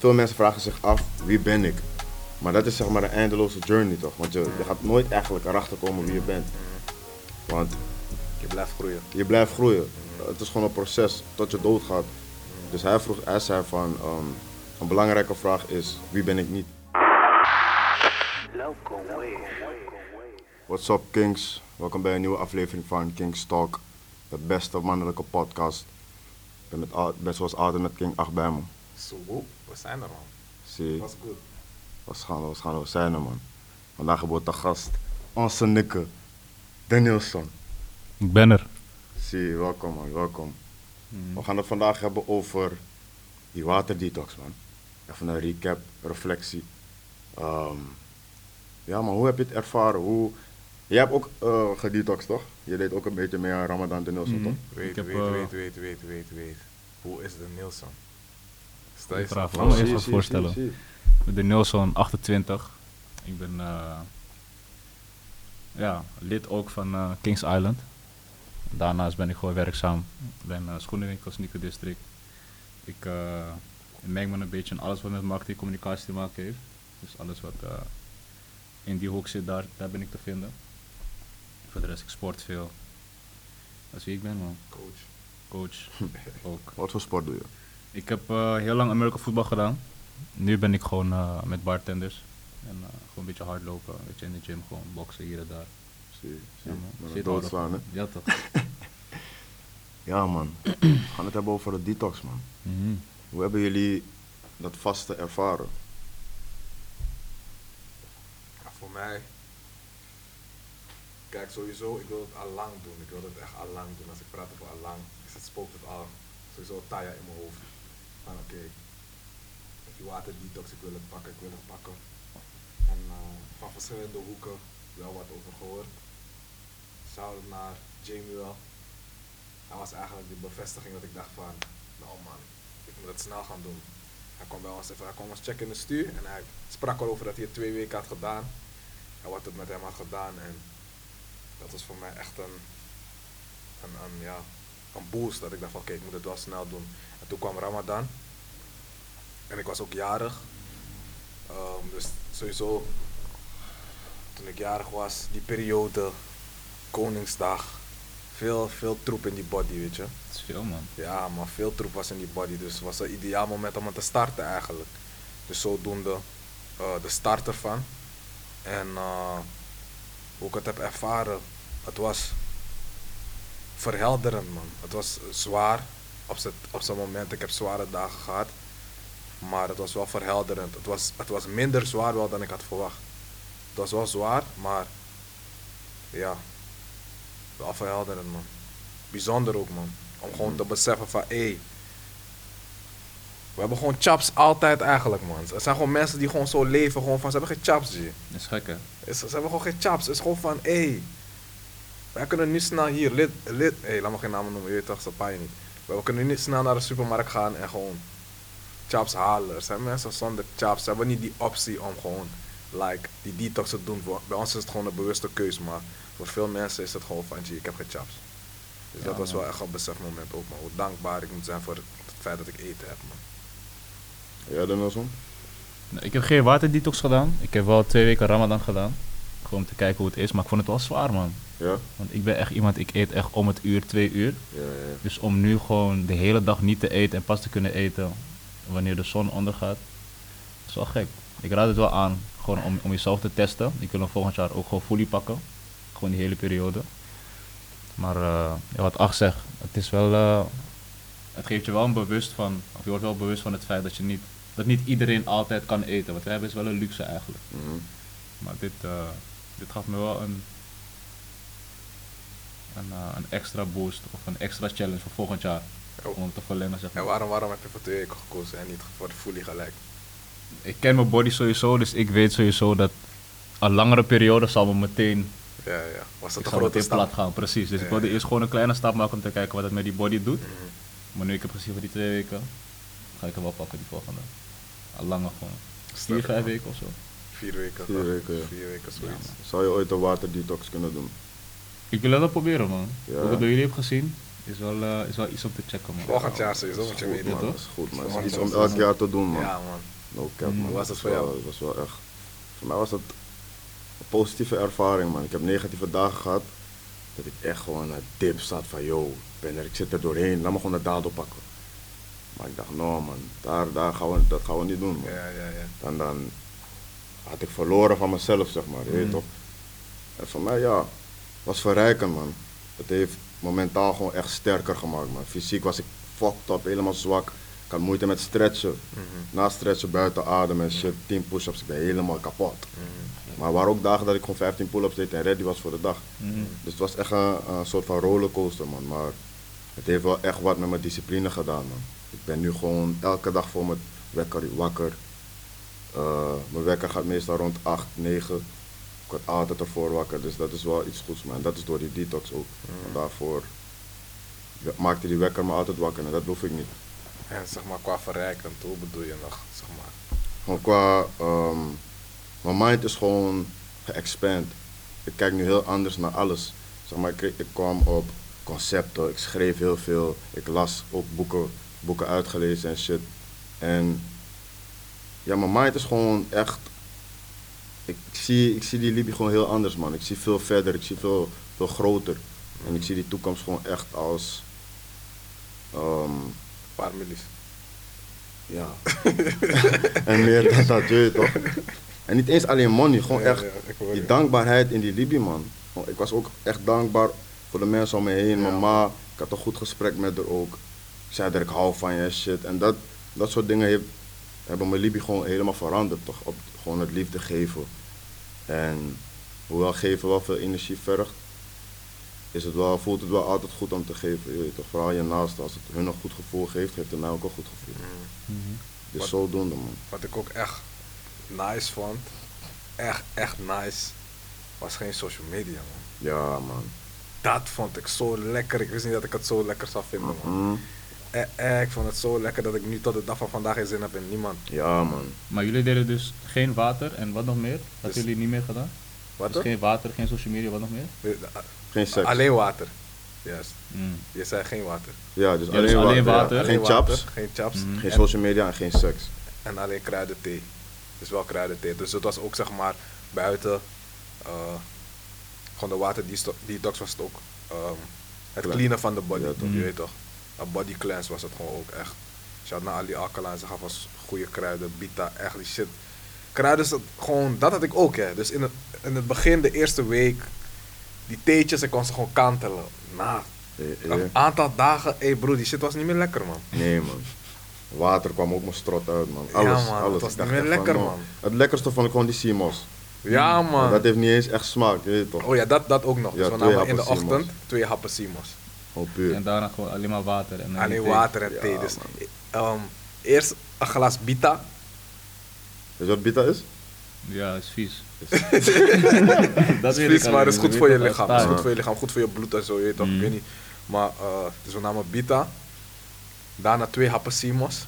veel mensen vragen zich af, wie ben ik? Maar dat is zeg maar een eindeloze journey toch? Want je gaat nooit eigenlijk erachter komen wie je bent. Want Je blijft groeien. je blijft groeien. Het is gewoon een proces tot je doodgaat. Dus hij zei van, een belangrijke vraag is, wie ben ik niet? What's up Kings? Welkom bij een nieuwe aflevering van Kings Talk. De beste mannelijke podcast. Ik ben zoals altijd met King 8 bij me. Zo, we zijn er man. Zie, Was goed. we zijn er man. Vandaag wordt de gast, onze Nikke, Danielson. Ik ben er. Zie, welkom man, welkom. We gaan het vandaag hebben over die waterdetox man. Even een recap, reflectie. Ja man, hoe heb je het ervaren? Jij hebt ook gedetox toch? Je deed ook een beetje meer aan Ramadan Danielson toch? Weet. Hoe is de Nielsen? Stel je Vraag, zo laat me voor. eerst wat voorstellen. zie. Ik ben Danielson, 28. Ik ben lid ook van Kings Island. Daarnaast ben ik gewoon werkzaam bij een schoenenwinkel, Sneaker District. Ik meng me een beetje in alles wat met marketing en communicatie te maken heeft. Dus alles wat in die hoek zit, daar ben ik te vinden. Voor de rest, ik sport veel. Dat is wie ik ben man. Coach ook. Wat voor sport doe je? Ik heb heel lang American voetbal gedaan. Nu ben ik gewoon met bartenders. En gewoon een beetje hardlopen, een beetje in de gym, gewoon boksen hier en daar. Zie. Ja, man. Met Zit een doodslaan hè? Ja toch. Ja man, we gaan het hebben over de detox man. Hoe hebben jullie dat vaste ervaren? Ja, voor mij. Kijk, sowieso, ik wil het al lang doen. Ik wil het echt al lang doen. Als ik praat over al lang, spookt het al sowieso Taya in mijn hoofd. Van oké, die waterdetox, ik wil het pakken. En van verschillende hoeken wel wat over gehoord. Shout naar Jamie wel. Hij was eigenlijk die bevestiging dat ik dacht van, nou man, ik moet het snel gaan doen. Hij kwam ons checken in de stuur en hij sprak al over dat hij het 2 weken had gedaan. En wat het met hem had gedaan. En dat was voor mij echt een boost. Dat ik dacht van oké, ik moet het wel snel doen. En toen kwam Ramadan. En ik was ook jarig. Dus sowieso, toen ik jarig was, die periode, Koningsdag, veel troep in die body, weet je. Dat is veel man. Ja, maar veel troep was in die body, dus het was een ideaal moment om het te starten eigenlijk. Dus zodoende de start ervan. En hoe ik het heb ervaren, het was verhelderend man. Het was zwaar op zijn moment, ik heb zware dagen gehad. Maar het was wel verhelderend. Het was minder zwaar wel dan ik had verwacht. Het was wel zwaar, maar ja, wel verhelderend man. Bijzonder ook man. Om gewoon te beseffen van we hebben gewoon chaps altijd eigenlijk man. Er zijn gewoon mensen die gewoon zo leven, gewoon van ze hebben geen chaps zie. Dat is gek hè. Ze hebben gewoon geen chaps. Het is gewoon van wij kunnen nu snel hier laat me geen namen noemen, je weet toch, ze paaien niet. We kunnen niet snel naar de supermarkt gaan en gewoon chaps halen. Er zijn mensen zonder chaps, ze hebben niet die optie om gewoon die detox te doen. Bij ons is het gewoon een bewuste keus, maar voor veel mensen is het gewoon van ik heb geen chaps. Dus Ja, dat was man. wel echt een besefmoment ook man. Hoe dankbaar ik moet zijn voor het feit dat ik eten heb man. Ja, Danielson? Nou, ik heb geen waterdetox gedaan. Ik heb wel 2 weken Ramadan gedaan. Gewoon om te kijken hoe het is, maar ik vond het wel zwaar man. Ja? Want ik ben echt iemand, ik eet echt om het uur, 2 uur. Ja. Dus om nu gewoon de hele dag niet te eten en pas te kunnen eten wanneer de zon ondergaat, dat is wel gek. Ik raad het wel aan, gewoon om jezelf te testen. Ik wil hem volgend jaar ook gewoon fully pakken. Gewoon die hele periode. Maar wat Ach zegt, het is wel, het geeft je wel een bewust van, of je wordt wel bewust van het feit dat niet iedereen altijd kan eten. Wat wij hebben is wel een luxe eigenlijk. Mhm. Maar dit gaf me wel een extra boost of een extra challenge voor volgend jaar. Oh. Om te verlengen zeg maar. En waarom heb je voor 2 weken gekozen en niet voor de fully gelijk? Ik ken mijn body sowieso, dus ik weet sowieso dat een langere periode zal me meteen, Ja. Was dat ik een zal grote meteen stap? plat gaan. Precies, dus Ja, ik wilde ja. eerst gewoon een kleine stap maken om te kijken wat het met die body doet. Mhm. Maar nu ik heb gezien voor die 2 weken, ga ik hem wel pakken die volgende. Een lange gewoon. 4, Sterk, 5 man. weken of zo. 4 weken. 4 toch? weken, ja. 4 weken zoiets. Ja, man. Zou je ooit een waterdetox kunnen doen? Ik wil dat wel proberen man. Ja. Ook wat bij jullie heb gezien. Is wel iets om te checken, man. Volgend jaar sowieso moet je Goed, meedoen. man. toch? Dat is goed, man. Zo, Dat is iets man. om elk jaar te doen, man. Ja, man. No cap, man. Hoe was het voor wel- jou? Dat was wel echt... Voor mij was het een positieve ervaring, man. Ik heb negatieve dagen gehad. Dat ik echt gewoon naar dip zat van, yo, ik zit er doorheen. Laat me gewoon de dado pakken. Maar ik dacht, no, man. Dat gaan we niet doen, man. Ja. Dan had ik verloren van mezelf, zeg maar. Je weet toch? En voor mij, ja, was verrijkend, man. Het heeft me mentaal gewoon echt sterker gemaakt, man. Fysiek was ik fucked up, helemaal zwak. Ik had moeite met stretchen. Na stretchen, buiten adem en shit, 10 push-ups, ik ben helemaal kapot. Maar er waren ook dagen dat ik gewoon 15 pull-ups deed en ready was voor de dag. Dus het was echt een soort van rollercoaster, man. Maar het heeft wel echt wat met mijn discipline gedaan, man. Ik ben nu gewoon elke dag voor mijn wekker wakker. Mijn wekker gaat meestal rond 8, 9. Ik word altijd ervoor wakker, dus dat is wel iets goeds, man. Dat is door die detox ook. En daarvoor maakte die wekker me altijd wakker en dat hoef ik niet. En zeg maar qua verrijkend, hoe bedoel je nog, zeg maar? Gewoon qua, mijn mind is gewoon geëxpand. Ik kijk nu heel anders naar alles. Zeg maar, ik kwam op concepten, ik schreef heel veel, ik las ook boeken uitgelezen en shit. En ja, mijn mind is gewoon echt, ik zie die Libi gewoon heel anders, man. Ik zie veel verder, ik zie veel groter. En ik zie die toekomst gewoon echt als, Een paar millies. ja. En meer dan dat, weet je toch? En niet eens alleen money, gewoon Ja, echt ja, ik hoor die je. dankbaarheid in die Libi, man. Gewoon, ik was ook echt dankbaar voor de mensen om me heen. Ja. Mijn ma, ik had een goed gesprek met haar ook. Ik zei dat ik hou van je en shit. En dat soort dingen hebben mijn Libi gewoon helemaal veranderd, toch? Op gewoon het liefde geven. En hoewel geven wel veel energie vergt, voelt het wel altijd goed om te geven. Je weet toch? Vooral je naasten, als het hun een goed gevoel geeft, geeft het mij ook een goed gevoel. Dus Wat- zodoende, man. Wat ik ook echt nice vond, echt nice, was geen social media, man. Ja, man. Dat vond ik zo lekker. Ik wist niet dat ik het zo lekker zou vinden, man. Mm. Ik vond het zo lekker dat ik nu tot de dag van vandaag geen zin heb in niemand. Ja, man. Maar jullie deden dus geen water en wat nog meer? Dat Dus- jullie niet meer gedaan? Wat Dus dan? geen water, geen social media, wat nog meer? Geen seks. Alleen water. Juist. Mm. Je zei geen water. Ja, dus Ja, dus alleen water. Ja. Alleen Geen chaps, water, geen chaps. Mhm. geen En- social media en geen seks. En alleen kruidenthee. Dus wel kruidenthee. Dus het was ook zeg maar buiten. Gewoon de waterdetox was het ook. Het Clean. cleanen van de body. Ja, toch. Je weet toch. Een body cleanse was het gewoon ook echt. Shout naar Ali Alkaline. Ze gaf ons goede kruiden. Bita. Echt die shit. Kruiden is het gewoon. Dat had ik ook hè. Dus in het begin de eerste week. Die theetjes. Ik kon ze gewoon kantelen. Na een aantal dagen. Hé broer. Die shit was niet meer lekker man. Nee, man. Water kwam ook mijn strot uit, man. Ja, Alles, man, alles. het was Ik dacht niet meer echt van, lekker, no. man. Het lekkerste vond ik gewoon die CMOS. Ja man. Dat heeft niet eens echt smaak, je weet toch? Oh ja, dat ook nog. Ja, Dus we 2 namen in de happen ochtend Simos. 2 happen Simos. Gewoon puur. En daarna gewoon alleen maar water. En dan Alleen thee. water en Ja, thee. Dus man. eerst een glas Bita. Weet je wat Bita is? Ja, dat is vies. Dat weet is ik vies, maar alleen, het is goed je voor je weet toch, lichaam. dat Het is staat. goed voor je lichaam, goed voor je bloed en zo, je weet toch? Ik weet niet. Maar, dus we namen Bita. Daarna 2 happen Simos.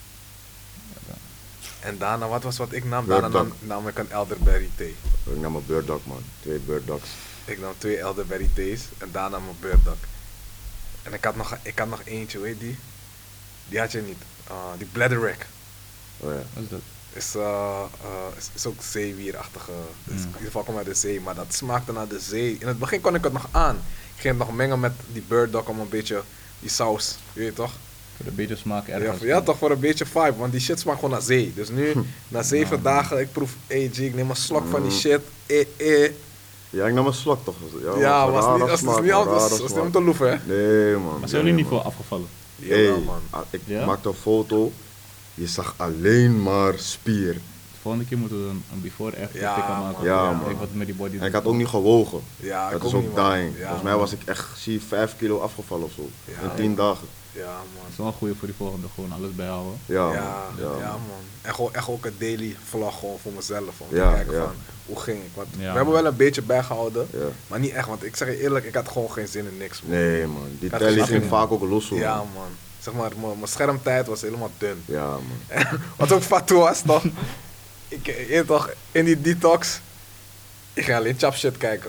En daarna, wat was wat ik nam? Daarna Bird nam ik een elderberry thee. Ik nam een Bird Dog, man. 2 Bird Dogs. Ik nam 2 elderberry thees en daarna mijn Bird Dog. En ik had nog eentje, weet die? Die had je niet. Die Bladderwrack. Oh ja. Wat is dat? Is ook zeewierachtige. Dus in Mm. ieder geval kwam uit de zee, maar dat smaakte naar de zee. In het begin kon ik het nog aan. Ik ging het nog mengen met die Bird Dog om een beetje die saus, je weet toch? Voor een beetje smaak Ja, ergens. ja, toch voor een beetje vibe, want die shit smaakt gewoon naar zee. Dus nu, na 7 dagen, ik proef, ik neem een slok van die shit. Ja, ik nam een slok toch? Ja, was een rare was smaak, niet een anders. rare Was smaak. niet om te loeven, hè? Nee, man. Maar zijn jullie niet veel afgevallen? Hey, Ja, man. ik Ja? maakte een foto. Je zag alleen maar spier. De volgende keer moeten we een before echt Ja, gaan man. maken. Ja, Kijk man. wat met die body En ik had ook niet gewogen. Ja, Dat ik is ook ook niet, man. dying. Ja, Volgens mij man. was ik echt, 5 kilo afgevallen of zo. Ja, in 10 dagen. Ja, man. Dat is wel een goeie voor die volgende, gewoon alles bijhouden. Ja, Ja, man. ja, man. man. En gewoon echt ook een daily vlog gewoon voor mezelf. Om Ja, te kijken ja. van, hoe ging ik? Want Ja, we man. hebben wel een beetje bijgehouden. Ja. Maar niet echt, want ik zeg je eerlijk, ik had gewoon geen zin in niks, man. Nee, man. Die Dat telly snap ging ik, vaak ook los, hoor. Ja, man. Zeg maar, mijn schermtijd was helemaal dun. Ja, man. Wat ook fatu was, toch? Ik toch, in die detox, ik ging alleen chap shit kijken.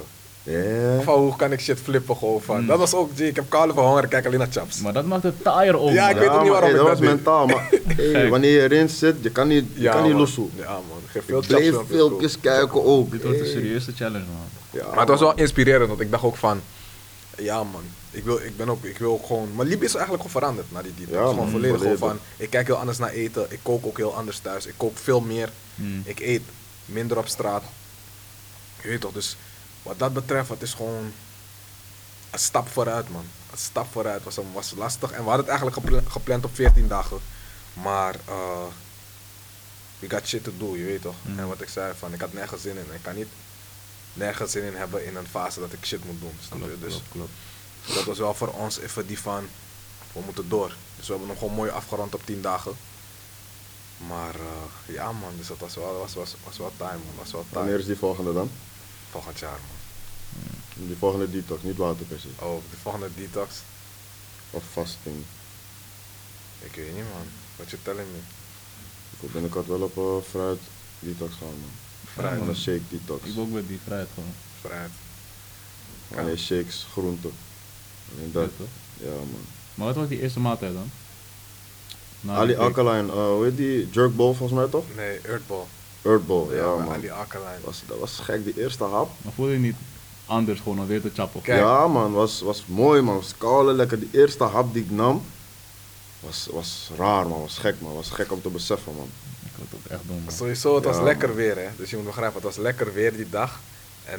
Ja. Van hoe kan ik shit flippen gewoon van. Dat was ook, G, ik heb koude van honger, ik kijk alleen naar chaps. Maar dat maakt het taaier ook. Ja, ik man. weet ook niet maar, waarom dat ik was dat doe. mentaal, maar hey, wanneer je erin zit, je kan niet, je kan niet man. lossen. Ja man, geef veel Ik chaps. bleef filmpjes, filmpjes kijken ook. Dit wordt een Hey. serieuze challenge, man. Ja, Maar het was wel inspirerend, want ik dacht ook van, ja man, ik wil ook gewoon, mijn liefde is eigenlijk gewoon veranderd na die detox. Ja, Gewoon man, volledig gewoon volledig. van, ik kijk heel anders naar eten, ik kook ook heel anders thuis, ik kook veel meer, ik eet minder op straat. Je weet toch, dus wat dat betreft, het is gewoon een stap vooruit man. Een stap vooruit was lastig en we hadden het eigenlijk gepland op 14 dagen. Maar we got shit to do, je weet toch. En wat ik zei, van ik had nergens zin in. Ik kan niet nergens zin in hebben in een fase dat ik shit moet doen. Snap je? Dus Klopt. dat was wel voor ons even die van, we moeten door. Dus we hebben hem gewoon mooi afgerond op 10 dagen. Maar ja man, dus dat was wel time man. Was wel Wanneer time. is die volgende dan? Volgend jaar man. Die volgende detox, niet waterpersie. Oh, de volgende detox. Of fasting. Ik weet niet man. What you telling me? Ik wil binnenkort wel op fruit detox gaan, man. Fruit. Gewoon een shake detox. Ik wil ook met die vrijheid gewoon. Vrijheid. Alleen shakes, groenten. Alleen dat. Ja, toch? Ja, man. Maar wat was die eerste maaltijd dan? Na Ali die week. Alkaline, hoe heet die? Jerk bowl volgens mij toch? Nee, Earthball. Earth bowl, ja, maar man. Ali Alkaline. Dat was gek, die eerste hap. Maar voel je niet anders gewoon om weer te chappen? Kijk. Ja, man, was mooi, man. Was koude, lekker. Die eerste hap die ik nam, was raar, man. Was gek, man. Was gek om te beseffen, man. Ik wil het ook echt doen, man. Sowieso, het was Ja, lekker man. weer hè. Dus je moet begrijpen, het was lekker weer die dag. En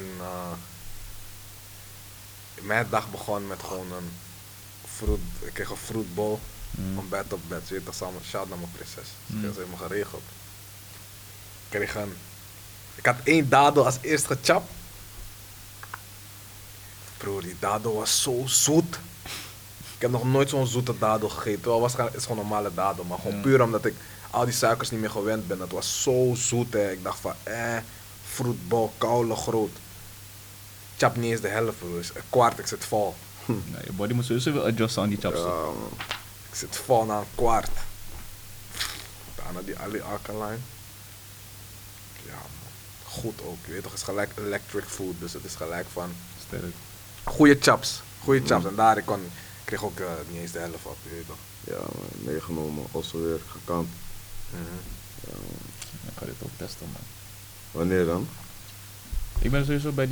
mijn dag begon met gewoon een fruit, ik kreeg een fruitbowl, een bed op bed. Je weet toch samen, shout naar mijn prinses. Dus dat is helemaal geregeld. Ik had 1 dadel als eerst gechapt. Bro, die dadel was zo zoet. Ik heb nog nooit zo'n zoete dadel gegeten. Wel, het is gewoon een normale dadel, maar gewoon puur omdat ik al die suikers niet meer gewend ben. Het was zo zoet hè. Ik dacht van, fruitbol, koude groot. Chap niet eens de helft, bro. Dus een kwart, ik zit vol. Ja, je body moet sowieso wel adjusten aan die chaps. Ja, man. Ik zit vol na een kwart. Daarna die Ali Alkaline. Ja, man. Goed ook. Je weet toch, het is gelijk electric food. Dus het is gelijk van Sterk. goede chaps. Goede chaps. En daar, ik kreeg ook niet eens de helft op. Je weet toch. Ja, man. Meegenomen. Also weer gekant. Ik ga dit ook testen, man. Wanneer dan? Ik ben sowieso bij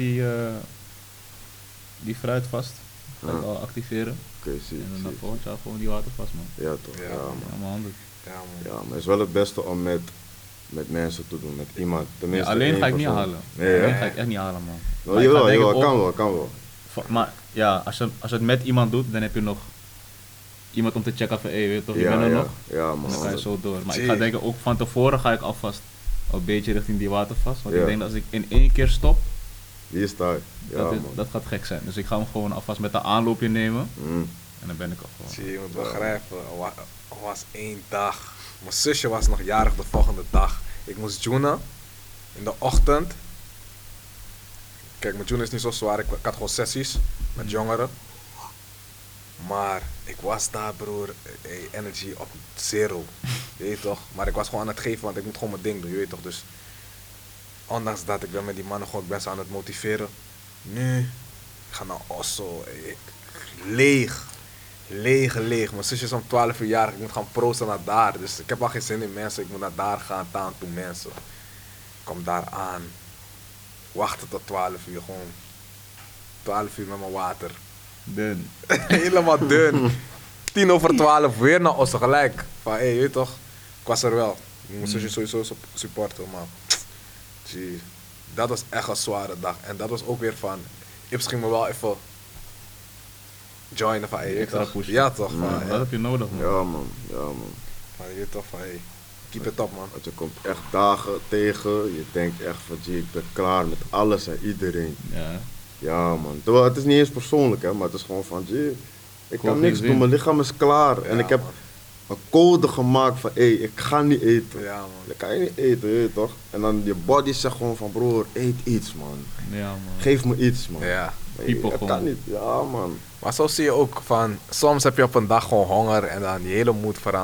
die fruit vast. Ga ik Ja. al activeren. Oké, zie. En dan zie. volgend jaar gewoon die water vast, man. Ja, toch. Ja, Ja, man. Ja, mijn handen. Ja, man. Ja, maar het is wel het beste om met mensen te doen, met iemand. Ja, Tenminste, alleen één ga ik niet persoon. halen. Nee, hè? Alleen ga ik echt niet halen, man. Oh, Maar ik ga jawel, denk ik jawel, ook- kan wel. Maar ja, als je het met iemand doet, dan heb je nog iemand om te checken van, weet je toch, je Ja, bent er ja. nog. Ja, man. Dan ga je honderd. zo door. Maar ik Zie. ga denken, ook van tevoren ga ik alvast een beetje richting die water vast. Want Ja. ik denk dat als ik in 1 keer stop, Die is daar. Ja, man. dat gaat gek zijn. Dus ik ga hem gewoon alvast met een aanloopje nemen. Mm. En dan ben ik al gewoon. Zie, je moet begrijpen, er was 1 dag. Mijn zusje was nog jarig de volgende dag. Ik moest joenen in de ochtend. Kijk, mijn joenen is niet zo zwaar. Ik had gewoon sessies met jongeren. Maar ik was daar, broer. Energy op 0. Je weet toch? Maar ik was gewoon aan het geven, want ik moet gewoon mijn ding doen. Je weet toch? Dus ondanks dat ik ben met die mannen gewoon, ik ben ze aan het motiveren. Nu, ik ga naar Osso. Leeg. Leeg. Mijn zusje is om 12 uur jarig. Ik moet gaan proosten naar daar. Dus ik heb al geen zin in mensen. Ik moet naar daar gaan, taan toe mensen. Ik kom daar aan. Wachten tot 12 uur. Gewoon 12 uur met mijn water. Dun. Helemaal dun. 11:10 weer naar Osso gelijk. Van hé, je weet toch? Ik was er wel. Ik moet mijn zusje sowieso supporten. Maar zie, dat was echt een zware dag. En dat was ook weer van... Ips ging me wel even joinen van hé, je weet Extra toch? pushen. Ja toch? Van, Dat heb je nodig, man. Ja, man. Ja, man. van, je weet toch van hé, keep it up man. Want je komt echt dagen tegen. Je denkt echt van, gee, ik ben klaar met alles en iedereen. Ja. Ja, man. Terwijl het is niet eens persoonlijk, hè. Maar het is gewoon van, gee, ik Gewoon kan niks geen doen. zin. Mijn lichaam is klaar. En Ja, ik heb man. een code gemaakt van, hé, ik ga niet eten. Ja man. Dan kan je niet eten, weet je toch? En dan je body zegt gewoon van, broer, eet iets, man. Ja, man. Geef me iets, man. Ja. Nee, People dat gewoon. kan niet. Ja, man. Maar zo zie je ook van, soms heb je op een dag gewoon honger en dan die hele moed verandert.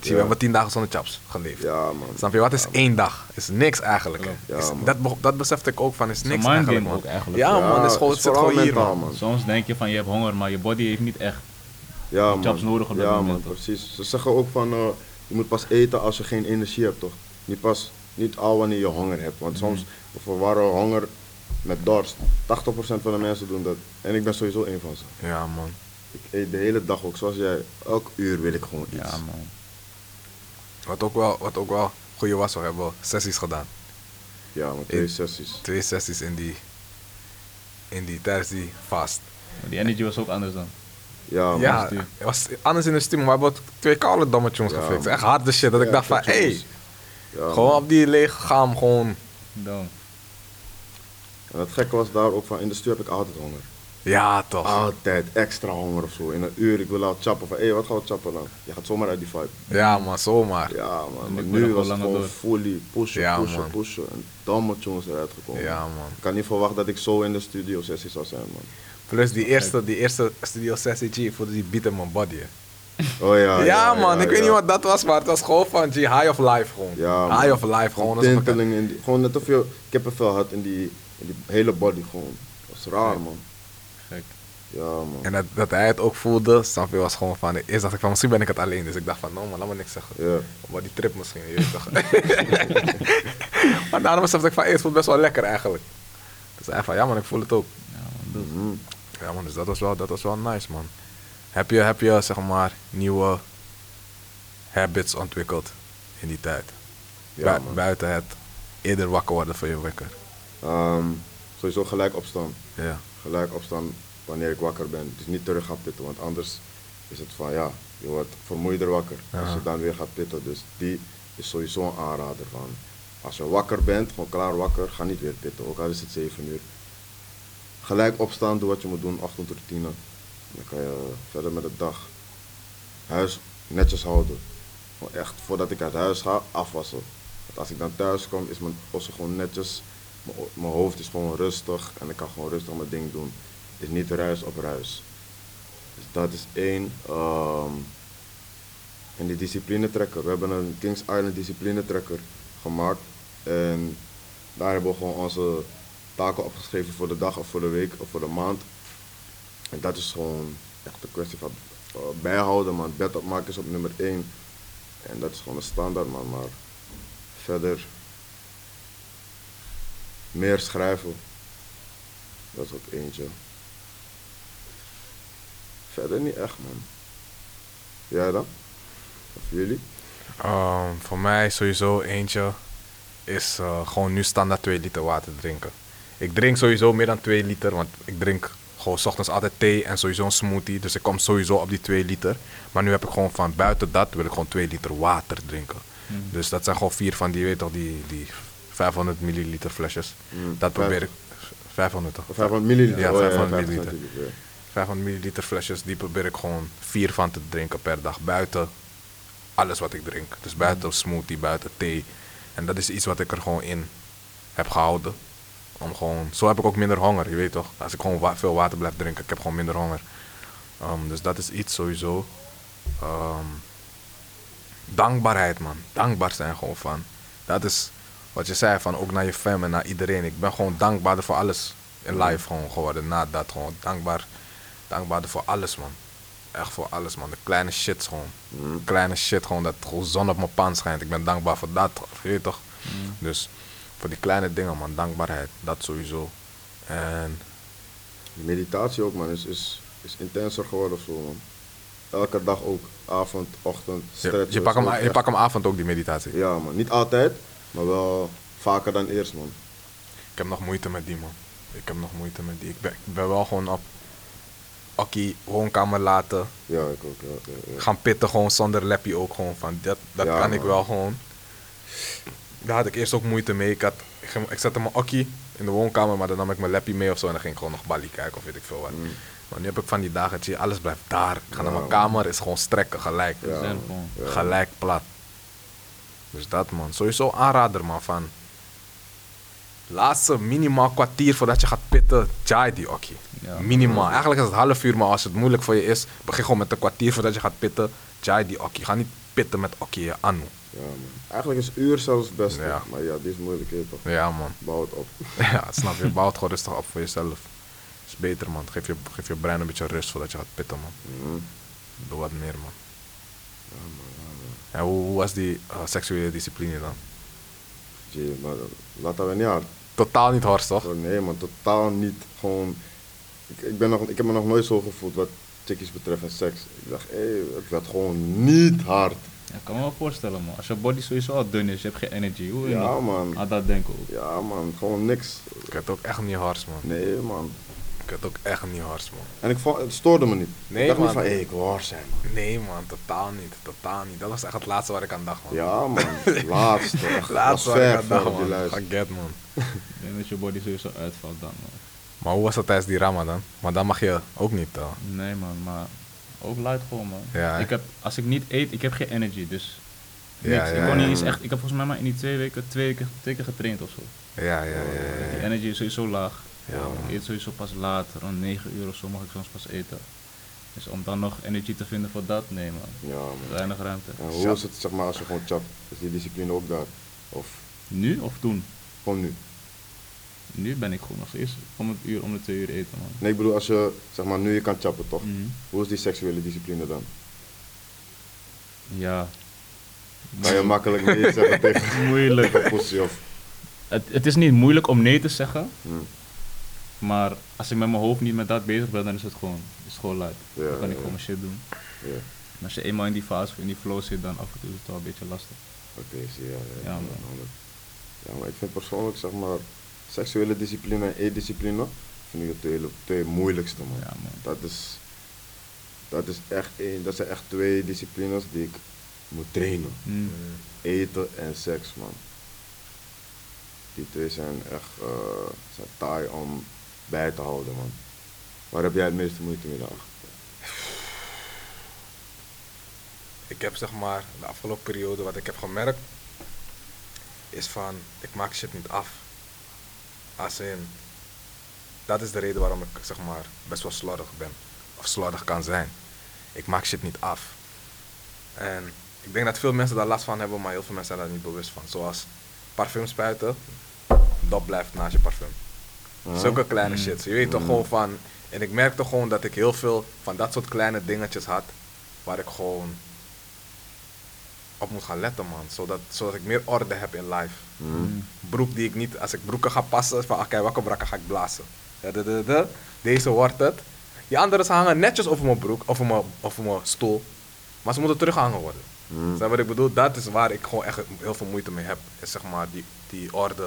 Zie, we hebben 10 dagen zonder chaps geleefd. Ja, man. Snap je, wat is 1 dag? Is niks eigenlijk. Ja, Is- man. dat besefte ik ook van, is Zo'n niks mind eigenlijk, game man. ook eigenlijk. Ja, man, het is zit vooral gewoon hier, mentaal, man. Soms denk je van je hebt honger, maar je body heeft niet echt. Ja, Die chaps nodig op dat ja, moment, man, toch? precies. Ze zeggen ook van, je moet pas eten als je geen energie hebt, toch? Niet al wanneer je honger hebt. Want soms verwarren we honger met dorst. 80% van de mensen doen dat. En ik ben sowieso een van ze. Ja, man. Ik eet de hele dag ook, zoals jij. Elk uur wil ik gewoon iets. Ja, man. Wat ook wel goeie was, we hebben sessies gedaan. Ja, maar 2 sessies. 2 sessies tijdens die fast. Maar die energy was ook anders dan. Ja, man. Ja, stuur. het was anders in de stuur, maar we hebben 2 koude domme tunes Ja, gefixt. man. Echt harde shit, dat ik Ja, dacht van, klopt, hé, jongens. Ja, gewoon man. op die lege gaam, gewoon. Dan. En het gekke was daar ook van, in de stuur heb ik altijd honger. Ja, toch. Altijd extra honger of zo. In een uur, ik wil al chappen van, hé, wat gaan we chappen dan? Je gaat zomaar uit die vibe. Ja, man, zomaar. Ja, man. En Maar ik nu ben was nog het wel gewoon langer fully pushen, Ja, pushen, man. pushen. En domme tunes eruit gekomen. Ja, man. Ik kan niet verwachten dat ik zo in de studio sessie zou zijn, man. Plus die eerste studio sessie, G, voelde die beat in mijn body, hè. Oh ja. Ja, man, ik weet ja. niet wat dat was, maar het was gewoon van, G, high of life gewoon. Ja, man. High of life gewoon. alsof ik- Tinteling in die, gewoon net of je kippenvel had in die hele body gewoon. Dat was raar, man. Gek. Ja, man. En dat hij het ook voelde, snap je, was gewoon van, eerst dacht ik van, misschien ben ik het alleen. Dus ik dacht van, no man, laat me niks zeggen. Ja. Maar die trip misschien, je weet toch. Maar daarom besefte ik van, het voelt best wel lekker eigenlijk. Dus hij van, ja man, ik voel het ook. Ja, man, dat. Mhm. Ja man, dus dat was wel nice, man. Heb je zeg maar nieuwe habits ontwikkeld in die tijd? Ja, man. Buiten het eerder wakker worden van je wekker. Sowieso gelijk opstaan. Ja. Gelijk opstaan wanneer ik wakker ben. Dus niet terug gaan pitten, want anders is het van ja, je wordt vermoeider wakker als Aha. je dan weer gaat pitten. Dus die is sowieso een aanrader van. Als je wakker bent, gewoon klaar wakker, ga niet weer pitten, ook al is het 7 uur. Gelijk opstaan, doe wat je moet doen, ochtendroutine. Dan kan je verder met de dag. Huis netjes houden. Gewoon echt, voordat ik uit huis ga, afwassen. Want als ik dan thuis kom, is mijn ossen gewoon netjes. Mijn hoofd is gewoon rustig en ik kan gewoon rustig mijn ding doen. Het is niet ruis op ruis. Dus dat is één. En die discipline trekker. We hebben een Kings Island discipline trekker gemaakt. En daar hebben we gewoon onze taken opgeschreven voor de dag of voor de week of voor de maand. En dat is gewoon echt een kwestie van bijhouden, man. Bed opmaken is op nummer 1. En dat is gewoon een standaard, man. Maar verder meer schrijven. Dat is ook eentje. Verder niet echt, man. Jij dan? Of jullie? Voor mij sowieso eentje is gewoon nu standaard 2 liter water drinken. Ik drink sowieso meer dan 2 liter, want ik drink gewoon 's ochtends altijd thee en sowieso een smoothie. Dus ik kom sowieso op die 2 liter. Maar nu heb ik gewoon van buiten dat wil ik gewoon 2 liter water drinken. Dus dat zijn gewoon 4 van die, weet toch, die 500 milliliter flesjes. Dat probeer ik. 500 toch? Of 500 milliliter? Ja, Oh, 500 500 milliliter. ja. 500 milliliter flesjes, die probeer ik gewoon 4 van te drinken per dag. Buiten alles wat ik drink. Dus buiten smoothie, buiten thee. En dat is iets wat ik er gewoon in heb gehouden. Om gewoon, zo heb ik ook minder honger, je weet toch. Als ik gewoon veel water blijf drinken, ik heb gewoon minder honger. Dus dat is iets sowieso. Dankbaarheid, man. Dankbaar zijn gewoon van. Dat is wat je zei, van ook naar je fam en naar iedereen. Ik ben gewoon dankbaarder voor alles in life gewoon geworden. Na dat gewoon dankbaarder voor alles, man. Echt voor alles, man. De kleine shit gewoon. Kleine shit gewoon, dat gewoon zon op mijn pan schijnt. Ik ben dankbaar voor dat, je weet toch. Dus voor die kleine dingen, man. Dankbaarheid, dat sowieso. En Die meditatie ook, man, is intenser geworden of zo, man. Elke dag ook. Avond, ochtend, stretchen. je pakt hem avond ook, die meditatie. Ja, man. Niet altijd, maar wel vaker dan eerst, man. Ik heb nog moeite met die, man. Ik heb nog moeite met die. Ik ben wel gewoon op Okkie woonkamer laten. Ja, ik ook. Ja. Gaan pitten gewoon zonder lappie ook gewoon van. Dat Ja, kan ik man. wel gewoon. Daar had ik eerst ook moeite mee. Ik zette mijn Okkie in de woonkamer, maar dan nam ik mijn lappie mee of zo. En dan ging ik gewoon nog Bali kijken of weet ik veel wat. Maar nu heb ik van die dagen, alles blijft daar. Ik ga naar mijn kamer, is gewoon strekken, gelijk. Ja, Zen man. gewoon. Ja. Gelijk plat. Dus dat, man. Sowieso aanrader, man, van laatste minimaal kwartier voordat je gaat pitten, jai die okkie. Ja. Minimaal. Eigenlijk is het half uur, maar als het moeilijk voor je is, begin gewoon met een kwartier voordat je gaat pitten, jai die okkie. Ga niet pitten met Okkie Anu. Ja, man. Eigenlijk is uur zelfs het beste. Ja. Maar ja, die is moeilijk, hè, toch? Ja, man. Bouw het op. Ja, snap je. Bouw het gewoon rustig op voor jezelf. Is beter, man. Geef je brein een beetje rust voordat je gaat pitten, man. Mhm. Doe wat meer, man. Ja, man. Ja, man. En hoe was die seksuele discipline dan? Jee, maar laten we niet hard. Totaal niet hard, toch? Oh, nee, man, totaal niet. Gewoon, ik heb me nog nooit zo gevoeld wat chickies betreft en seks. Ik dacht, het werd gewoon niet hard. Ja, ik kan me wel voorstellen, man. Als je body sowieso al dun is, je hebt geen energy. Hoe wil je Ja, nog man. aan dat denken ook? Ja, man, gewoon niks. Ik had ook echt niet hard, man. Nee, man. Ik had ook echt niet hard, man. En het stoorde me niet. Nee, ik dacht man. niet van, ik wil hard zijn, man. Nee, man. Totaal niet. Totaal niet. Dat was echt het laatste waar ik aan dacht, man. Ja, man. Laatste. Echt. Laatste Was waar ik ver, aan ver dacht, op die man. lijst. Forget, man. Ik denk dat je body sowieso uitvalt dan, man. Maar hoe was dat tijdens die Ramadan? Maar dan mag je ook niet, Nee, man, maar ook light gewoon, man. Ja, hè? Als ik niet eet, ik heb geen energy, dus Ja, niks. ja, Ik kon ja. niet eens echt, ik heb volgens mij maar in die 2 weken twee keer getraind of zo. Ja. Die energy is sowieso laag. Ja, man. Ik eet sowieso pas laat, rond 9 uur of zo mag ik soms pas eten. Dus om dan nog energy te vinden voor dat, nee man, Ja, man. weinig ruimte. En hoe is het, zeg maar, als je gewoon chapt? Is die discipline ook daar? Of Nu of toen? gewoon nu? Nu ben ik gewoon nog steeds om de 2 uur eten, man. Nee, ik bedoel, als je, zeg maar, nu je kan chappen, toch? Mhm. Hoe is die seksuele discipline dan? Ja. Kan je makkelijk nee zeggen tegen Moeilijk. een pussy of... Het is niet moeilijk om nee te zeggen, Hmm. maar als ik met mijn hoofd niet met dat bezig ben, dan is het gewoon light. Ja, Dan kan ik ja. gewoon mijn shit doen. Ja, En als je eenmaal in die fase, in die flow zit, dan af en toe is het wel een beetje lastig. oké, zie je. Ja, Ja, man. Ja, maar ik vind persoonlijk, zeg maar, seksuele discipline en eetdiscipline, vind ik het twee moeilijkste, man. Ja, man. Dat zijn echt twee disciplines die ik moet trainen. Mm. Eten en seks, man. Die twee zijn echt zijn taai om bij te houden, man. Waar heb jij het meeste moeite mee dan? Ik heb zeg maar de afgelopen periode wat ik heb gemerkt is van ik maak shit niet af. Als in, dat is de reden waarom ik zeg maar best wel slordig ben of slordig kan zijn. Ik maak shit niet af. En ik denk dat veel mensen daar last van hebben, maar heel veel mensen zijn daar niet bewust van. Zoals parfum spuiten, dop blijft naast je parfum. Zulke kleine shit. Je weet toch gewoon van. En ik merkte gewoon dat ik heel veel van dat soort kleine dingetjes had. Waar ik gewoon op moet gaan letten, man. Zodat ik meer orde heb in life. Broek die ik niet, als ik broeken ga passen, van oké, welke brakken ga ik blazen? Deze wordt het. Die andere ze hangen netjes over mijn broek, over mijn stoel. Maar ze moeten teruggehangen worden. Snap je wat ik bedoel? Dat is waar ik gewoon echt heel veel moeite mee heb. Is zeg maar die orde.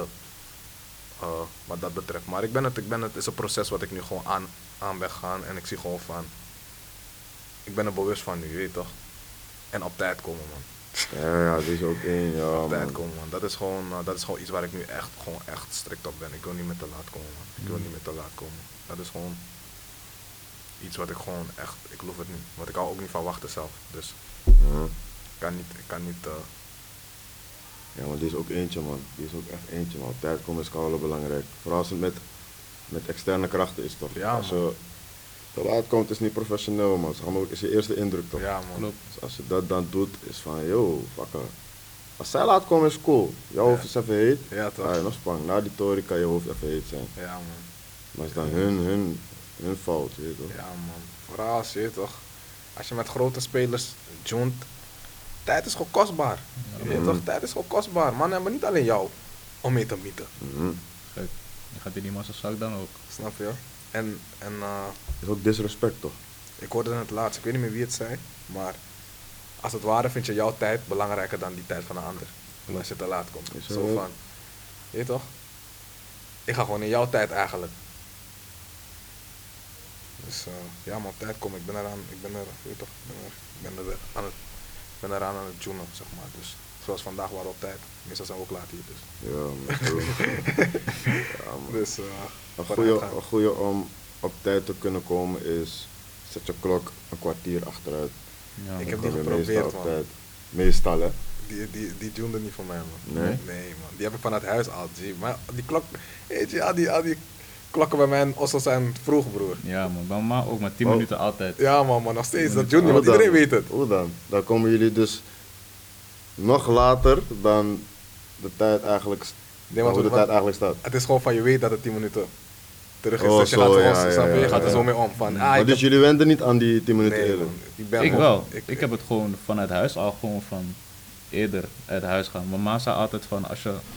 Wat dat betreft. Maar het is een proces wat ik nu gewoon aan ben gaan. En ik zie gewoon van, ik ben er bewust van nu, je weet toch? En op tijd komen, man. Ja, die is ook één, ja, Op tijd man. komen, man. Dat is gewoon iets waar ik nu echt strikt op ben. Ik wil niet meer te laat komen, man. Ik wil niet meer te laat komen. Dat is gewoon iets wat ik gewoon echt, ik geloof het niet. Wat ik hou ook niet van wachten zelf. Dus Ja. ik kan niet Ja, maar die is ook eentje, man. Die is ook echt eentje, man. Op tijd komen is koude belangrijk. Vooral als het met externe krachten is, toch? Ja, als je te laat komt, is niet professioneel, man. Het is je eerste indruk, toch? ja, man. Klopt. Dus als je dat dan doet, is van, yo, fucker. Als zij laat komen, is cool. Jouw hoofd is even heet. Ja, toch? Nog spang. Na die tory kan je hoofd even heet zijn. Ja, man. Maar het is dan hun fout, weet je toch? Ja, man. Vooral als je, toch? Als je met grote spelers joint, tijd is gewoon kostbaar. Je weet toch? Tijd is gewoon kostbaar. Mannen hebben niet alleen jou om mee te mieten. Mhm. Gek. Je gaat in die massa zak dan ook. Snap je? En Is ook disrespect, toch? ik hoorde het laatst, ik weet niet meer wie het zei, maar als het ware vind je jouw tijd belangrijker dan die tijd van een ander. Als je te laat komt. Is Zo dat- van, weet je toch? Ik ga gewoon in jouw tijd eigenlijk. Dus ja, maar op tijd komen. Ik ben eraan, ik ben er, weet je toch? Ik ben eraan aan het joenen, zeg maar. Dus zoals vandaag waren we op tijd. Meestal zijn we ook laat hier, dus. Ja, man. Ja, man. Dus Een goede om op tijd te kunnen komen is, zet je klok een kwartier achteruit. Ja, Ik man. heb Dan die kom je geprobeerd, meestal op man. tijd. Meestal, hè? Die joende niet voor mij, man. Nee? Nee, man. Die heb ik vanuit huis al, zie. Maar die klok, weet je, al die klokken bij mij in Oslo zijn vroeg, broer. Ja man, bij mij ook maar 10 Oh. minuten altijd. Ja, man, maar nog steeds. Dat Hoe joende, want dan? iedereen weet het. Hoe dan? Dan komen jullie dus nog later dan de tijd eigenlijk, Nee, want hoe de tijd eigenlijk staat. het is gewoon van je weet dat het 10 minuten terug is. Oh, Dus je zo, gaat, ja, gewoon, ja, snap je? ja, Je gaat er ja. zo mee om. Van, Maar ik dus jullie wenden niet aan die 10 minuten nee, eerder? man, ik ben Ik gewoon- wel. Ik heb het gewoon vanuit huis al gewoon van eerder uit huis gaan. Mijn ma zei altijd van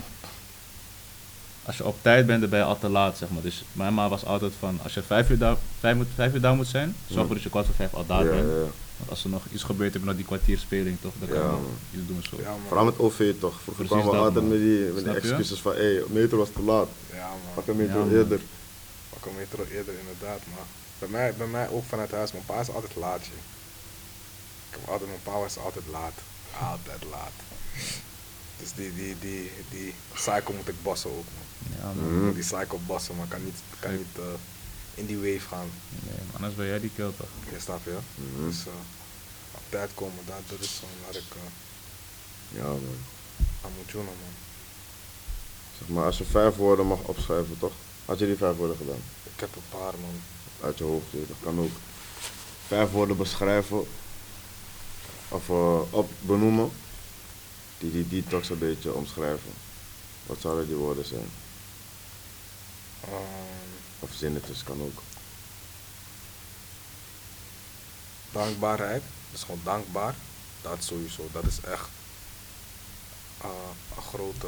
als je op tijd bent, dan ben je al te laat, zeg maar. Dus mijn ma was altijd van, als je 5 uur daar moet zijn, zorg ervoor dat je 4:45 al daar Ja, bent. ja. Want als er nog iets gebeurt, heb je nog die kwartierspeling, toch? Dan kan Ja, je man. iets doen zo. Ja, man. Vooral met OV toch. Vroeger Precies kwamen we dat, altijd man. met die Snap je? excuses van, hé, metro was te laat. Ja, man. Pak een metro Ja, man. eerder. Pak een metro eerder, inderdaad. Maar bij mij ook vanuit huis. Mijn pa is altijd laat, je. Mijn pa was altijd laat. Altijd laat. Dus die cycle moet ik bossen ook, man. Ja, man. Ik moet die cycle bossen, maar kan niet in die wave gaan. Nee, man, anders ben jij die kill toch? Je snap je? Dus op tijd komen, dat is gewoon waar ik Ja man. aan moet doen, man. Zeg maar, als je 5 woorden mag opschrijven toch? Had je die 5 woorden gedaan? Ik heb een paar, man. Uit je hoofd, dat kan ook. 5 woorden beschrijven. Of benoemen. Die detox een beetje omschrijven. Wat zouden die woorden zijn? Of zinnetjes, kan ook. Dankbaarheid, dus gewoon dankbaar, dat sowieso, dat is echt een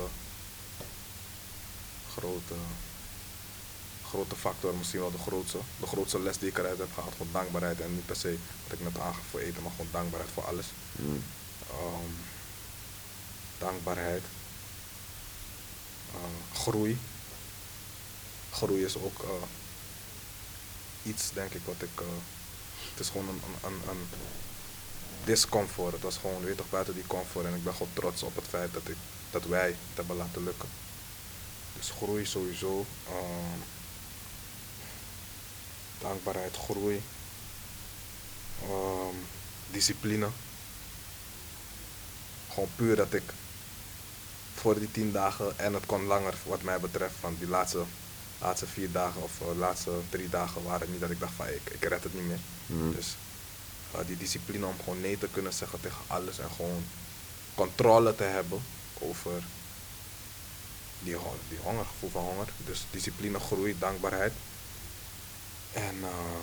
grote factor, misschien wel de grootste les die ik eruit heb gehad, gewoon dankbaarheid en niet per se wat ik net aangaf voor eten, maar gewoon dankbaarheid voor alles. Mm. Dankbaarheid, groei. Groei is ook iets, denk ik, wat ik. Het is gewoon een discomfort. Het was gewoon, weet je toch, buiten die comfort. En ik ben gewoon trots op het feit dat wij het hebben laten lukken. Dus groei sowieso. Dankbaarheid, groei. Discipline. Gewoon puur dat ik voor die 10 dagen, en het kon langer wat mij betreft, van die laatste 4 dagen of laatste 3 dagen waren het niet dat ik dacht van ik red het niet meer. Mm. Dus die discipline om gewoon nee te kunnen zeggen tegen alles en gewoon controle te hebben over die honger, gevoel van honger. Dus discipline, groei, dankbaarheid. En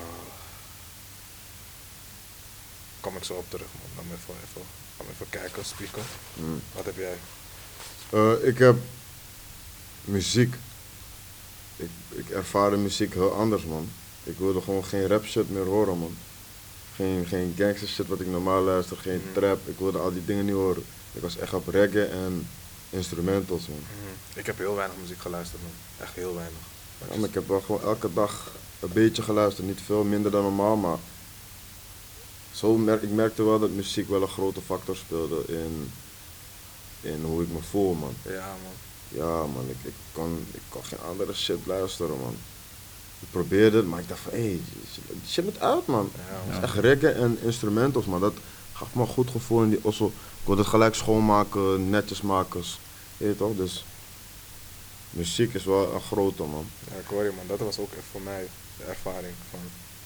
kom ik zo op terug, man. Dan even kijken, spieken. Mm. Wat heb jij? Ik heb muziek. Ik ervaar de muziek heel anders, man. Ik wilde gewoon geen rap shit meer horen, man. Geen gangster shit wat ik normaal luister, geen trap. Ik wilde al die dingen niet horen. Ik was echt op reggae en instrumentals, man. Ik heb heel weinig muziek geluisterd, man. Echt heel weinig. Ja, maar ik heb wel gewoon elke dag een beetje geluisterd. Niet veel, minder dan normaal, maar ik merkte wel dat muziek wel een grote factor speelde in hoe ik me voel, man. Ja, man. Ja, man, ik kon geen andere shit luisteren, man. Ik probeerde het, maar ik dacht van, hé, die shit moet uit, man. Ja, Het man. is echt reggae en instrumentals, man. Dat gaf me een goed gevoel in die osso. Ik wilde het gelijk schoonmaken, netjes maken, weet je toch? Dus muziek is wel een grote, man. Ja, ik hoor je, man. Dat was ook echt voor mij de ervaring van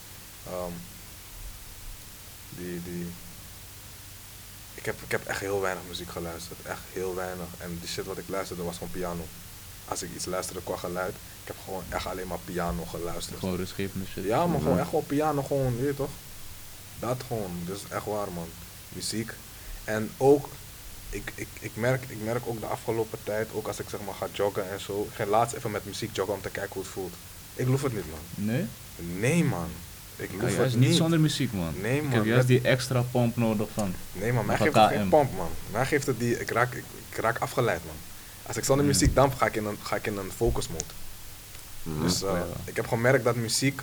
ik heb echt heel weinig muziek geluisterd. Echt heel weinig. En de shit wat ik luisterde was gewoon piano. Als ik iets luisterde qua geluid, ik heb gewoon echt alleen maar piano geluisterd. Gewoon rustgevende shit. Ja, maar gewoon echt gewoon piano, gewoon, weet je toch? Dat gewoon, dus echt waar, man. Muziek. En ook, ik merk ook de afgelopen tijd, ook als ik zeg maar ga joggen en zo. Ik ga laatst even met muziek joggen om te kijken hoe het voelt. Ik loef het niet, man. Nee? Nee, man. Ik Ja, loef juist het niet niet. zonder muziek, man. Nee, Ik man. heb juist die extra pomp nodig van. Nee, man. Mij Nog geeft een het geen KM. pomp, man. Mij geeft het die, ik raak afgeleid, man. Als ik zonder muziek damp, ga ik in een focus mode. Dus Ja. ik heb gemerkt dat muziek,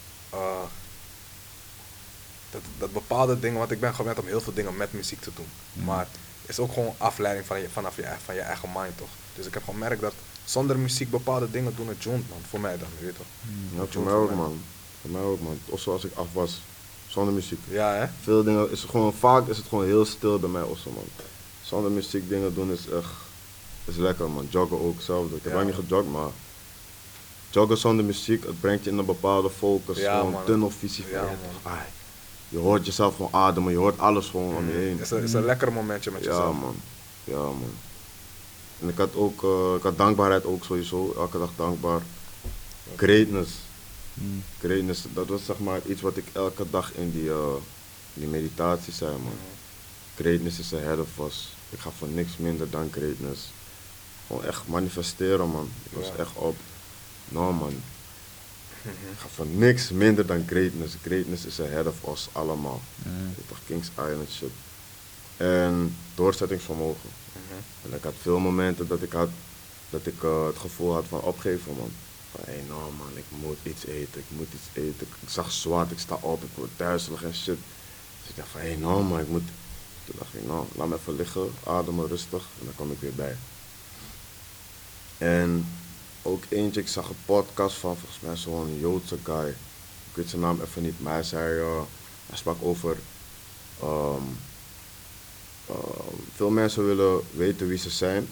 dat bepaalde dingen, want ik ben gewend om heel veel dingen met muziek te doen. Maar het is ook gewoon afleiding van je eigen mind, toch? Dus ik heb gemerkt dat zonder muziek bepaalde dingen doen het joint, man. Voor mij dan, weet je toch? Ja, voor mij ook, man. Voor mij ook, man. Of zoals ik af was, zonder muziek. Ja, hè? Veel dingen, vaak is het gewoon heel stil bij mij of zo, man. Zonder muziek dingen doen is lekker, man. Joggen ook, hetzelfde. Ik heb Ja, lang niet man. gejogd, maar joggen zonder muziek, het brengt je in een bepaalde focus, Ja, gewoon man. tunnelvisie van Ja, je. man. Je hoort jezelf gewoon ademen, je hoort alles gewoon om je heen. Het is een lekker momentje met Ja, jezelf. man. Ja, man. En ik had ook, ik had dankbaarheid ook sowieso, elke dag dankbaar. Greatness. Mm. Greatness, dat was zeg maar iets wat ik elke dag in die meditatie zei, man. Greatness is ahead of us. Ik ga voor niks minder dan greatness. Gewoon echt manifesteren, man. Ik was Ja. echt op. Nou, man. Ik ga voor niks minder dan greatness. Greatness is ahead of us allemaal. Mm. Toch Kings Island shit. En doorzettingsvermogen. En ik had veel momenten dat ik het gevoel had van opgeven, man. Van, hé, nou man, ik moet iets eten, ik moet iets eten. Ik zag zwart, ik sta op, ik word duizelig en shit. Dus ik dacht van, hé, nou man, ik moet... Toen dacht ik, nou, laat me even liggen, ademen rustig en dan kom ik weer bij. En ook eentje, ik zag een podcast van volgens mij zo'n Joodse guy. Ik weet zijn naam even niet, maar hij zei, hij sprak over... veel mensen willen weten wie ze zijn.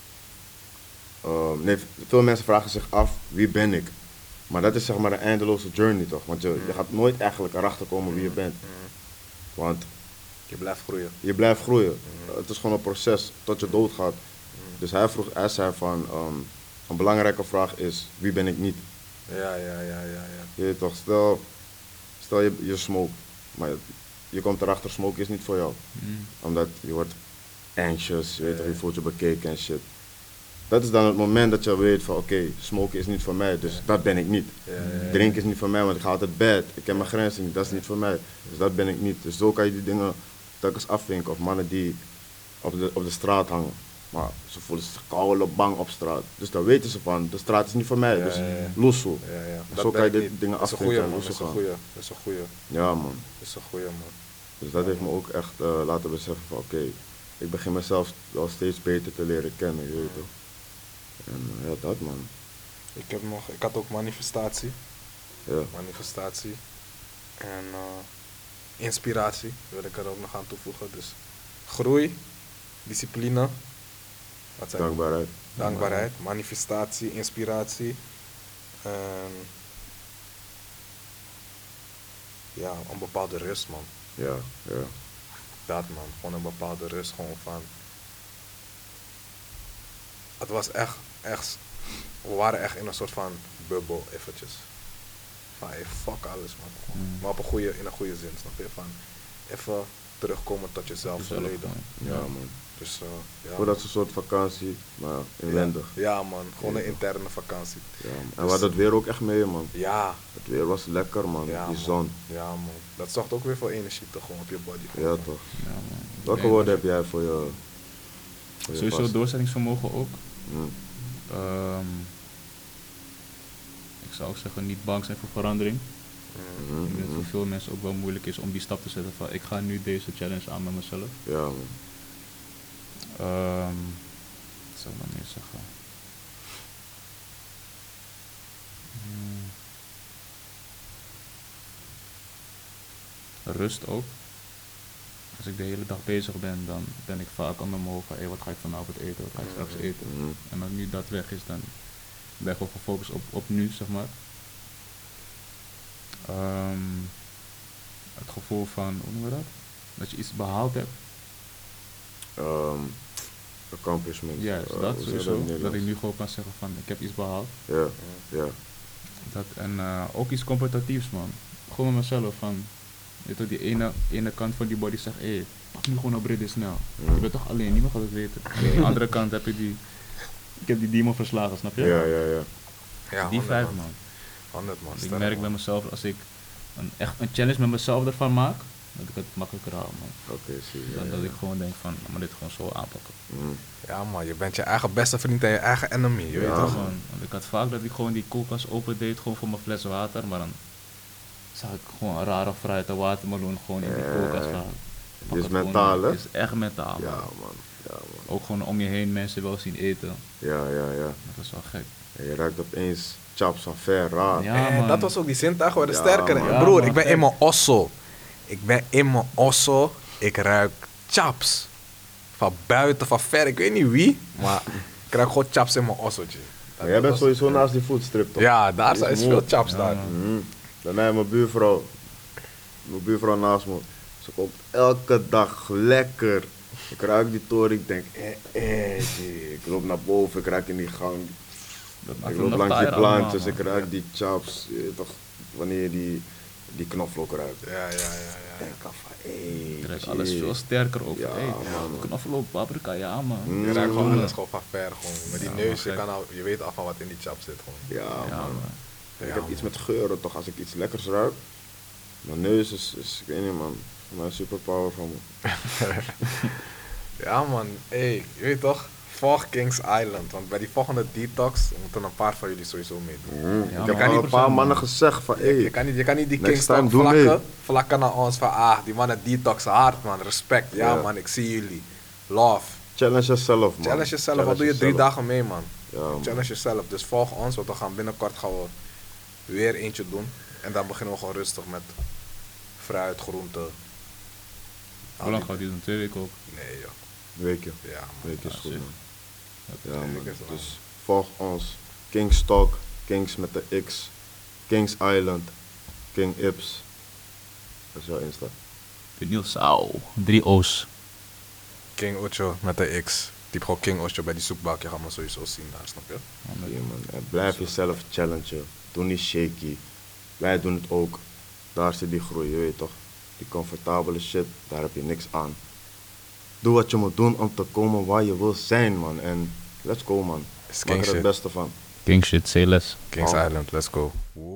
Nee, veel mensen vragen zich af, wie ben ik? Maar dat is zeg maar een eindeloze journey toch? Want je gaat nooit eigenlijk erachter komen wie je bent. Want Je blijft groeien. je blijft groeien. Het is gewoon een proces tot je doodgaat. Dus hij zei van, een belangrijke vraag is, wie ben ik niet? Ja. Je weet toch, stel je smoke, maar je komt erachter, smoke is niet voor jou. Omdat je wordt anxious, je weet toch, je voelt je bekeken en shit. Dat is dan het moment dat je weet van oké, smoken is niet voor mij, dus dat ben ik niet. Drinken is niet voor mij, want ik ga altijd bed. Ik ken mijn grenzen niet, dat is niet voor mij. Dus dat ben ik niet. Dus zo kan je die dingen telkens afvinken. Of mannen die op de straat hangen. Maar ze voelen zich koude bang op straat. Dus dan weten ze van, de straat is niet voor mij, dus loesoe. Ja. En zo kan je dit dingen afvinken en Dat loesoe is een gaan. goeie. Dat is een goeie. Ja man. Dat is een goeie, man. Dus dat heeft me ook echt laten beseffen van oké, ik begin mezelf wel steeds beter te leren kennen, je weet toch. En ja, dat man. Ik had ook manifestatie. Ja. Manifestatie. En inspiratie wil ik er ook nog aan toevoegen. Dus groei, discipline. Wat zijn Dankbaarheid. Dankbaarheid, manifestatie, inspiratie. En ja, een bepaalde rust, man. Ja. Dat, man. Gewoon een bepaalde rust. Gewoon van... Het was echt... We waren echt in een soort van bubbel, eventjes. Van, hey, fuck alles, man. Maar op in een goede zin, snap je? Van, even terugkomen tot jezelf volledig. Ja man. Dus, ja. Voor dat is een soort vakantie, maar inwendig. Ja, man. Gewoon een interne vakantie. Ja, man. En we hadden het weer ook echt mee, man. Ja. Het weer was lekker, man. Ja, Die man. zon. Ja, man. Dat zorgt ook weer voor energie, toch? Gewoon op je body. Ja, toch. Ja, man. Welke woorden heb jij voor je Sowieso vast? doorzettingsvermogen ook. Mm. Ik zou ook zeggen, niet bang zijn voor verandering. Mhm, Ik denk dat het mhm. voor veel mensen ook wel moeilijk is om die stap te zetten van ik ga nu deze challenge aan met mezelf. Ja, man. Wat zou ik dan meer zeggen? Rust ook. Als ik de hele dag bezig ben, dan ben ik vaak aan mijn hoofd van wat ga ik vanavond eten, wat ga ik straks eten. Mhm. En als nu dat weg is, dan ben ik gewoon gefocust op nu, zeg maar. Het gevoel van, hoe noemen we dat? Dat je iets behaald hebt. Accomplishment. Ja, Hoe dat zeg je sowieso. in Dat ik Nederlands? nu gewoon kan zeggen van, ik heb iets behaald. Ja, ja. Dat, en ook iets competitiefs, man. Gewoon met mezelf van, weet je, die ene kant van die body zegt, pak nu gewoon op ridden snel. Je bent toch alleen, niemand gaat het weten. Aan de andere kant heb je ik heb die demon verslagen, snap je? Ja. Ja, Die 100, vijf, man. man. 100, man. Ik Sterk, merk man. bij mezelf, als ik een challenge met mezelf ervan maak, dat ik het makkelijker haal, man. Oké, zie je. Dan dat ik gewoon denk van, maar dit gewoon zo aanpakken. Mhm. Ja, man. Je bent je eigen beste vriend en je eigen enemy. Je weet Ja, toch? Gewoon, want ik had vaak dat ik gewoon die koelkast open deed, gewoon voor mijn fles water, maar dan zag ik gewoon een rare fruit, een watermeloen gewoon in die koelkast gaan. Pak Dit is het gewoon mentaal, in. hè? Het is echt mentaal, Ja, man. man. Ja, man. Ook gewoon om je heen mensen wel zien eten. Ja. Dat is wel gek. En je ruikt opeens chaps van ver, raar. Ja, En man. dat was ook die zintuigen worden Ja, sterker. man. En Ja, broer, man, ik ben gek. in mijn osso. Ik ruik chaps. Van buiten, van ver. Ik weet niet wie, maar ik ruik gewoon chaps in mijn osseltje. Maar jij bent sowieso naast die foodstrip, toch? Ja, daar Die is is veel mooi. chaps Ja, daar. man. Mhm. Bij mij, mijn buurvrouw naast me, ze koopt elke dag lekker Ik ruik die toren, ik denk, ik loop naar boven, ik ruik in die gang. Ik loop langs die plantjes, ik ruik die chops. Je weet toch, wanneer je die knoflook ruikt. Ja. Ik denk af van, Je ruikt alles veel sterker ook. Ja, Hey, man. knoflook, paprika, ja man. Je ruikt gewoon alles gewoon van ver. Gewoon. Met die Ja, neus, man, je weet al van wat in die chap zit. Gewoon. Ja, Ja, man. man. Ik Ja, heb man. iets met geuren toch, als ik iets lekkers ruik. Mijn neus is ik weet niet man, voor mij een superpower van me. Ja man, je weet toch? Volg Kings Island, want bij die volgende detox moeten een paar van jullie sowieso meedoen. Ik maar heb kan al niet een paar 100% mannen man. gezegd van, Je kan niet die next Kings time toch doe mee. vlakken naar ons van, die mannen detoxen hard man, respect. Ja Ja. man, ik zie jullie. Love. challenge jezelf man. Challenge jezelf, wat doe je 3 dagen mee man? Ja, man. Challenge jezelf, dus volg ons, want we gaan binnenkort weer eentje doen. En dan beginnen we gewoon rustig met fruit, groenten. Hoe lang gaat die doen? 2 weken ook? Nee joh, Weekje. ja man. Weekje is Ja, goed shit. man. Ja Twee man, weken is lang. dus volg ons. Kings Talk, Kings met de X, Kings Island, King Ips. Dat is jouw Insta. Vinyl Sao. 3 O's. King Ocho met de X. Typ gewoon King Ocho bij die zoekbalkje, gaan we sowieso zien daar, snap je? Ja, man. En blijf jezelf challengen. Doe niet shaky. Wij doen het ook. Daar zit die groei, je weet toch? Die comfortabele shit, daar heb je niks aan. Doe wat je moet doen om te komen waar je wil zijn, man. En let's go, man. Is Maak king er het shit. beste van. King shit, say less. Kings Oh. Island, let's go.